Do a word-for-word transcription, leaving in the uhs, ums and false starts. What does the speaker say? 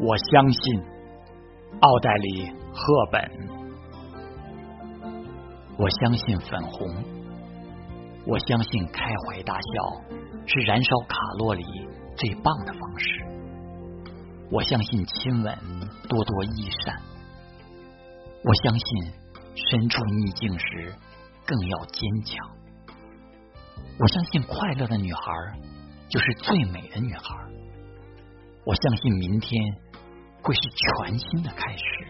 我相信奥黛丽·赫本，我相信粉红，我相信开怀大笑是燃烧卡路里最棒的方式，我相信亲吻多多益善，我相信身处逆境时更要坚强，我相信快乐的女孩就是最美的女孩，我相信明天会是全新的开始。